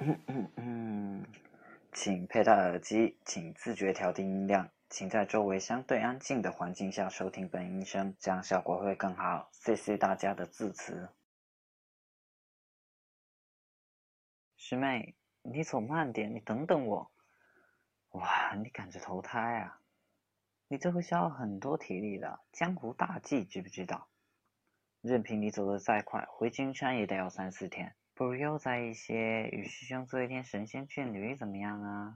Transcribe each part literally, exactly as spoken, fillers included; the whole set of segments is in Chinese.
嗯嗯嗯，请佩戴耳机，请自觉调低音量，请在周围相对安静的环境下收听本音声，这样效果会更好。谢谢大家的支持。师妹，你走慢点，你等等我。哇，你赶着投胎啊？你这会消耗很多体力的，江湖大忌，知不知道？任凭你走得再快，回金山也得要三四天。不如悠哉一些，与师兄做一天神仙眷侣怎么样啊？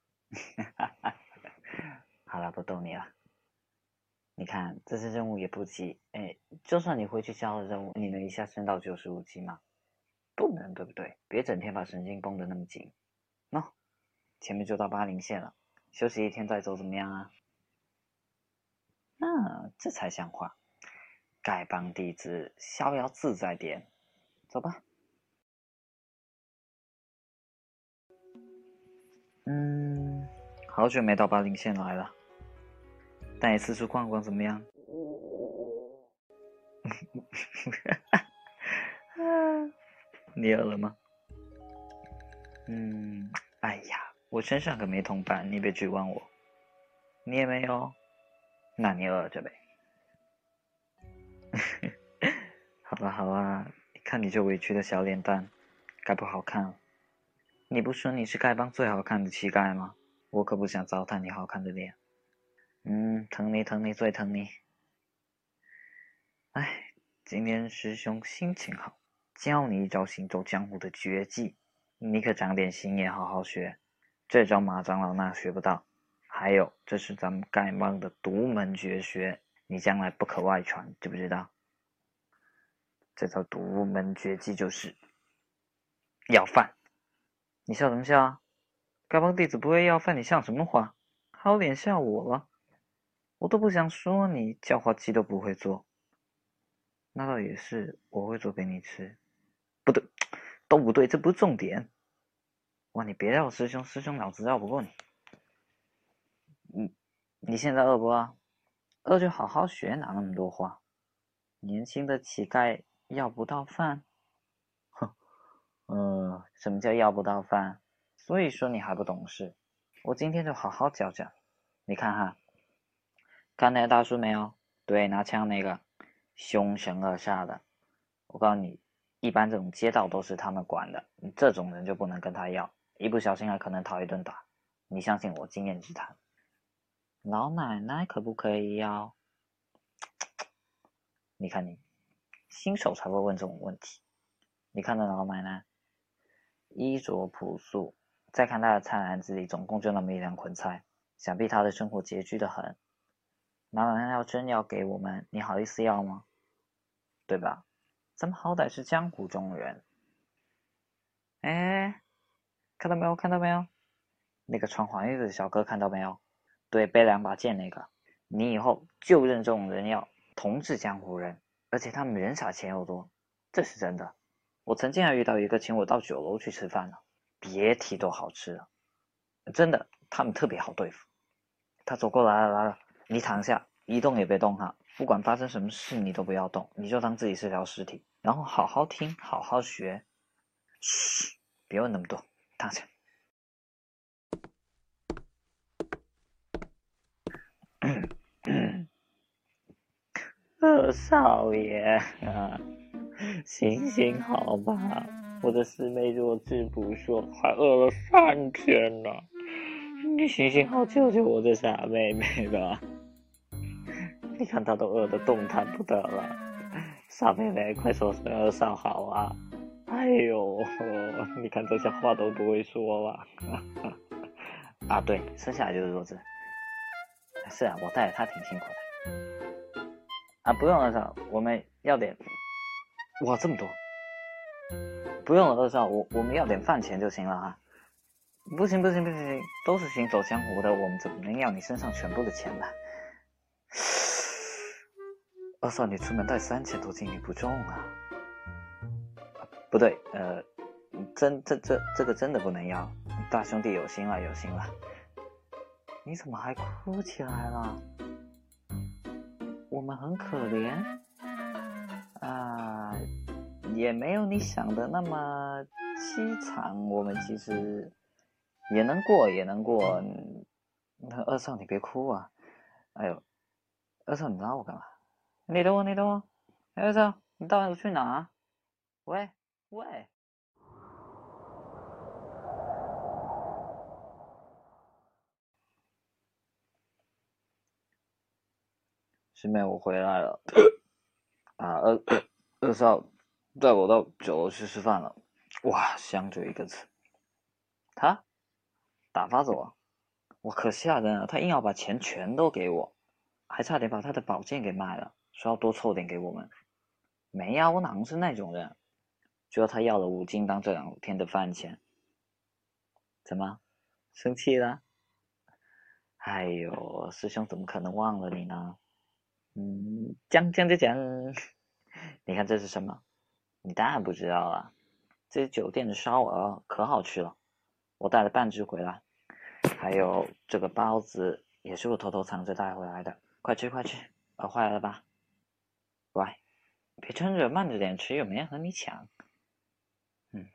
好了，不逗你了。你看，这次任务也不急，哎，就算你回去交了任务，你能一下升到九十五级吗？不能，对不对？别整天把神经绷得那么紧。喏、no, 前面就到八零线了，休息一天再走怎么样啊？那这才像话。丐帮弟子逍遥自在点，走吧。嗯，好久没到八零线来了，带你四处逛逛怎么样？你饿了吗？嗯，哎呀，我身上可没同伴，你别指望我。你也没有，那你饿着呗。好了好了，你看你这委屈的小脸蛋，该不好看了。你不说你是丐帮最好看的乞丐吗？我可不想糟蹋你好看的脸。嗯，疼你疼你最疼你。哎，今天师兄心情好，教你一招行走江湖的绝技，你可长点心眼，好好学。这招马长老那学不到，还有这是咱们丐帮的独门绝学，你将来不可外传，知不知道？这招独门绝技就是要饭。你笑什么笑啊？丐帮弟子不会要饭，你像什么话？好脸笑我了，我都不想说你叫花鸡都不会做。那倒也是，我会做给你吃。不对，都不对，这不是重点。哇，你别绕师兄，师兄脑子绕不过你。你你现在饿不饿？饿就好好学，哪那么多话？年轻的乞丐要不到饭？哼，嗯，什么叫要不到饭？所以说你还不懂事。我今天就好好教教你。看哈，看那个大叔没有？对，拿枪那个，凶神恶煞的。我告诉你，一般这种街道都是他们管的，你这种人就不能跟他要，一不小心还可能讨一顿打。你相信我经验之谈。老奶奶可不可以要？你看你，新手才会问这种问题。你看那老奶奶，衣着朴素，再看她的菜篮子里总共就那么一两捆菜，想必她的生活拮据的很。老奶奶要真要给我们，你好意思要吗？对吧？咱们好歹是江湖中人。哎，看到没有？看到没有？那个穿黄衣的小哥看到没有？对，背两把剑那个，你以后就认这种人要同治江湖人，而且他们人傻钱又多，这是真的。我曾经还遇到一个请我到酒楼去吃饭呢，别提多好吃了，真的，他们特别好对付。他走过来了来了，你躺下，一动也别动哈，不管发生什么事你都不要动，你就当自己是条尸体，然后好好听，好好学。嘘，别问那么多，躺下。二少爷啊，行行好吧，我的师妹弱智不说，还饿了三天了，你行行好，救救我这傻妹妹吧！你看她都饿得动弹不得了，傻妹妹，快说声二少好啊！哎呦，你看这些话都不会说了。啊，对，生下来就是弱智。是啊，我带着她挺辛苦的。啊，不用二少，我们要点。哇，这么多！不用了，二少，我我们要点饭钱就行了啊。不行不行不行，都是行走江湖的，我们怎么能要你身上全部的钱呢？二少，你出门带三千多斤，你不重啊？不对，呃，真这这这个真的不能要，大兄弟有心了有心了。你怎么还哭起来了？我们很可怜啊，也没有你想的那么凄惨，我们其实也能过，也能过。那二少，你别哭啊！哎呦，二少，你拉我干嘛？你等我，你等我。二少，你到底去哪？喂喂，师妹，我回来了。啊，二二少带我到酒楼去吃饭了。哇，香就一个字。他打发走，我可吓人了。他硬要把钱全都给我，还差点把他的宝剑给卖了，说要多凑点给我们。没呀，我哪能是那种人？就要他要了五金当这两天的饭钱。怎么，生气了？哎呦，师兄怎么可能忘了你呢？嗯，讲讲就讲。你看这是什么？你当然不知道了。这是酒店的烧鹅，可好吃了。我带了半只回来，还有这个包子也是我偷偷藏着带回来的。快吃快吃，饿坏了吧？乖，别撑着，慢着点吃，又没人和你抢。嗯，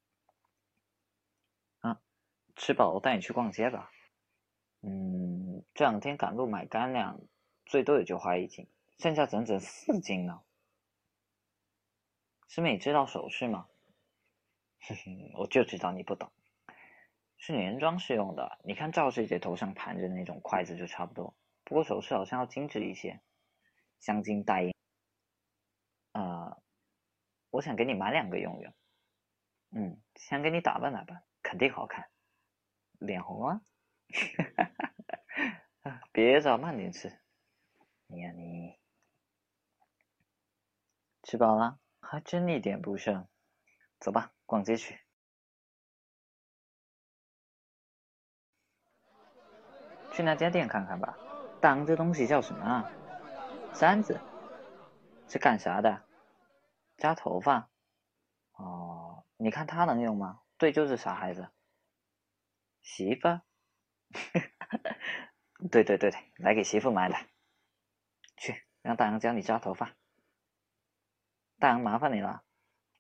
啊，吃饱了带你去逛街吧。嗯，这两天赶路买干粮，最多也就花一斤，剩下整整四斤呢。师妹，你知道首饰吗？哼哼，我就知道你不懂。是年装饰用的，你看赵师姐头上盘着那种筷子就差不多，不过首饰好像要精致一些，镶金戴银。呃，我想给你买两个用用。嗯，想给你打扮打扮，肯定好看。脸红啊？别着，慢点吃。你呀、你，吃饱了？还真一点不剩。走吧，逛街去。去那家店看看吧。当这东西叫什么啊？扇子。是干啥的？扎头发。哦，你看它能用吗？对，就是傻孩子。媳妇？对对对对，来给媳妇买的。去，让大杨教你扎头发。大杨麻烦你了。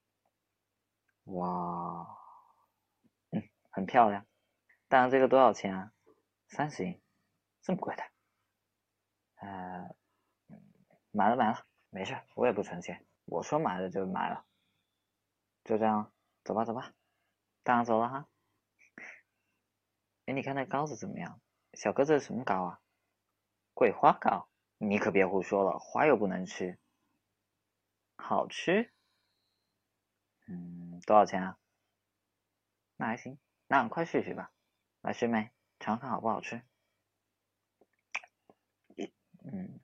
哇，嗯，很漂亮。大杨这个多少钱啊？三十银，这么贵的？呃，买了买了，没事，我也不存钱。我说买了就买了，就这样，走吧走吧，大杨走了哈。哎，你看那糕子怎么样？小哥这是什么糕啊？桂花糕？你可别胡说了，花又不能吃。好吃？嗯，多少钱啊？那还行，那你快试试吧。来，师妹，尝尝好不好吃？嗯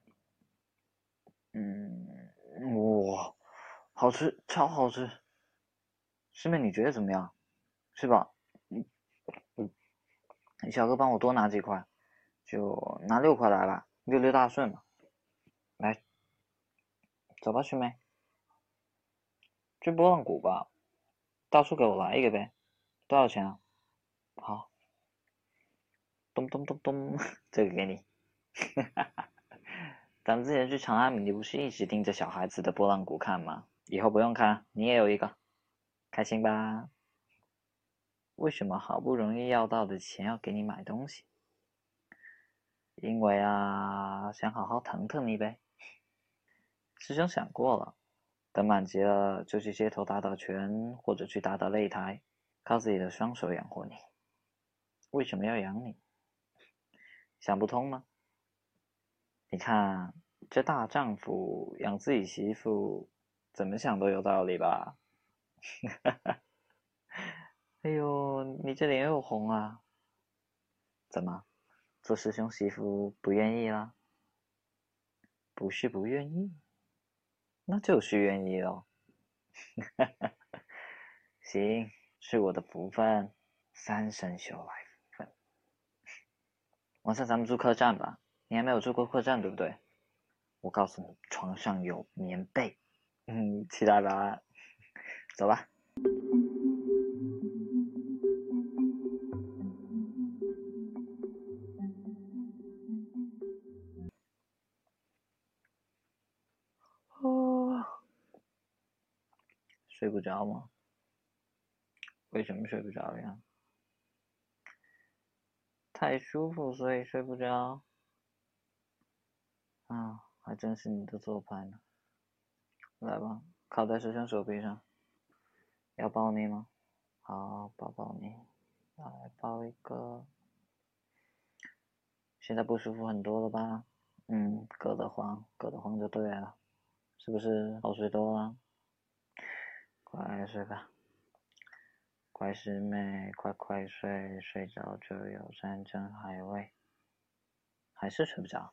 嗯，哇，好吃，超好吃。师妹，你觉得怎么样？是吧？嗯嗯，小哥帮我多拿几块，就拿六块来吧，六六大顺嘛。来，走吧，师妹，去波浪鼓吧。大叔给我来一个呗，多少钱啊？好，咚咚咚咚，这个给你。咱们之前去长安，你不是一直盯着小孩子的拨浪鼓看吗？以后不用看，你也有一个，开心吧？为什么好不容易要到的钱要给你买东西？因为啊，想好好疼疼你呗。师兄想过了，等满级了就去街头打打拳，或者去打打擂台，靠自己的双手养活你。为什么要养你？想不通吗？你看，这大丈夫养自己媳妇，怎么想都有道理吧？哎呦，你这脸又红了，怎么，做师兄媳妇不愿意了？不是不愿意，那就是愿意咯。行，是我的福分，三生修来福分。晚上咱们住客栈吧，你还没有住过客栈对不对？我告诉你，床上有棉被。嗯，期待吧。走吧。哦，睡不着吗？ 为什么睡不着呀？太舒服，所以睡不着。啊，还真是你的做派呢。来吧，靠在师兄手臂上。要抱你吗？好，抱抱你。来抱一个。现在不舒服很多了吧？嗯，硌得慌，硌得慌就对了，是不是好睡多了？快睡吧，乖师妹，快快睡，睡着就有山珍海味。还是睡不着？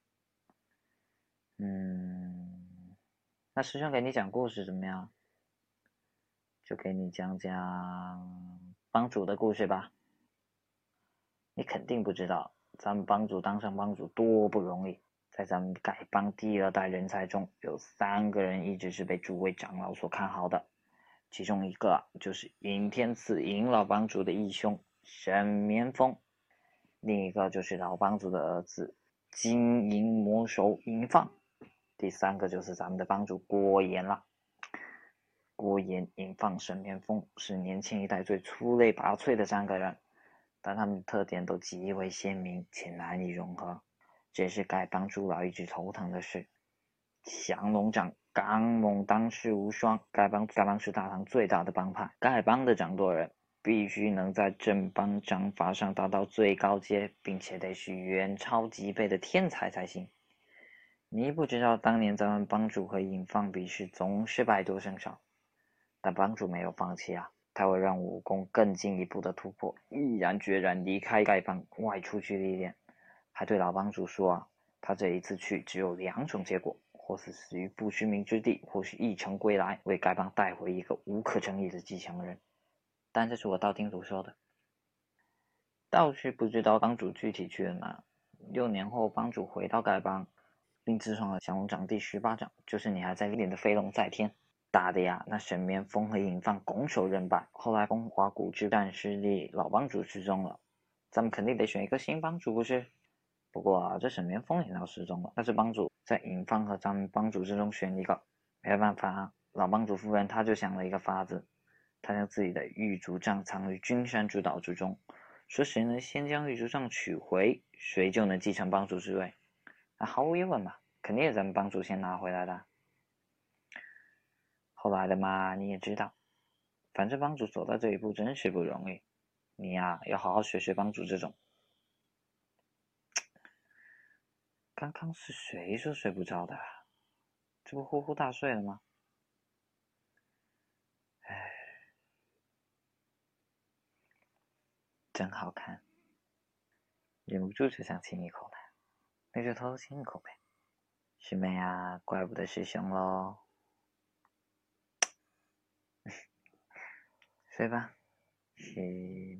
嗯，那师兄给你讲故事怎么样？就给你讲讲帮主的故事吧。你肯定不知道，咱们帮主当上帮主多不容易。在咱们丐帮第二代人才中，有三个人一直是被诸位长老所看好的，其中一个就是尹天赐尹老帮主的义兄沈绵风，另一个就是老帮主的儿子金银魔手尹放，第三个就是咱们的帮主郭岩了。郭岩、尹放、沈绵风是年轻一代最出类拔萃的三个人，但他们的特点都极为鲜明且难以融合，这也是丐帮主老一直头疼的事。降龙掌刚猛当世无双，丐帮丐帮是大唐最大的帮派，丐帮的掌舵人必须能在正帮掌法上达到最高阶，并且得是远超级辈的天才才行。你不知道当年咱们帮主和尹放比试总是败多胜少，但帮主没有放弃啊，他会让武功更进一步的突破，毅然决然离开丐帮，外出去历练。还对老帮主说啊，他这一次去只有两种结果，或是死于不知名之地，或是一程归来，为丐帮带回一个无可争议的继承人。但这是我道听途说的，倒是不知道帮主具体去了哪。六年后，帮主回到丐帮，并自创了降龙掌第十八掌，就是你还在练的飞龙在天。打的呀，那沈绵风和尹放拱手认败。后来风华谷之战失利，老帮主失踪了，咱们肯定得选一个新帮主，不是？不过啊，这沈绵风也要失踪了，但是帮主在尹放和咱们帮主之中选一个，没办法啊，老帮主夫人他就想了一个法子，他将自己的玉竹杖藏于君山之岛之中，说谁能先将玉竹杖取回，谁就能继承帮主之位。那毫无疑问嘛，肯定是咱们帮主先拿回来的。后来的嘛，你也知道，反正帮主走到这一步真是不容易，你呀、要好好学学帮主这种。刚刚是谁说睡不着的？这不呼呼大睡了吗？唉，真好看，忍不住就想亲一口呢。那就偷偷亲一口呗。师妹啊，怪不得师兄喽。睡吧，师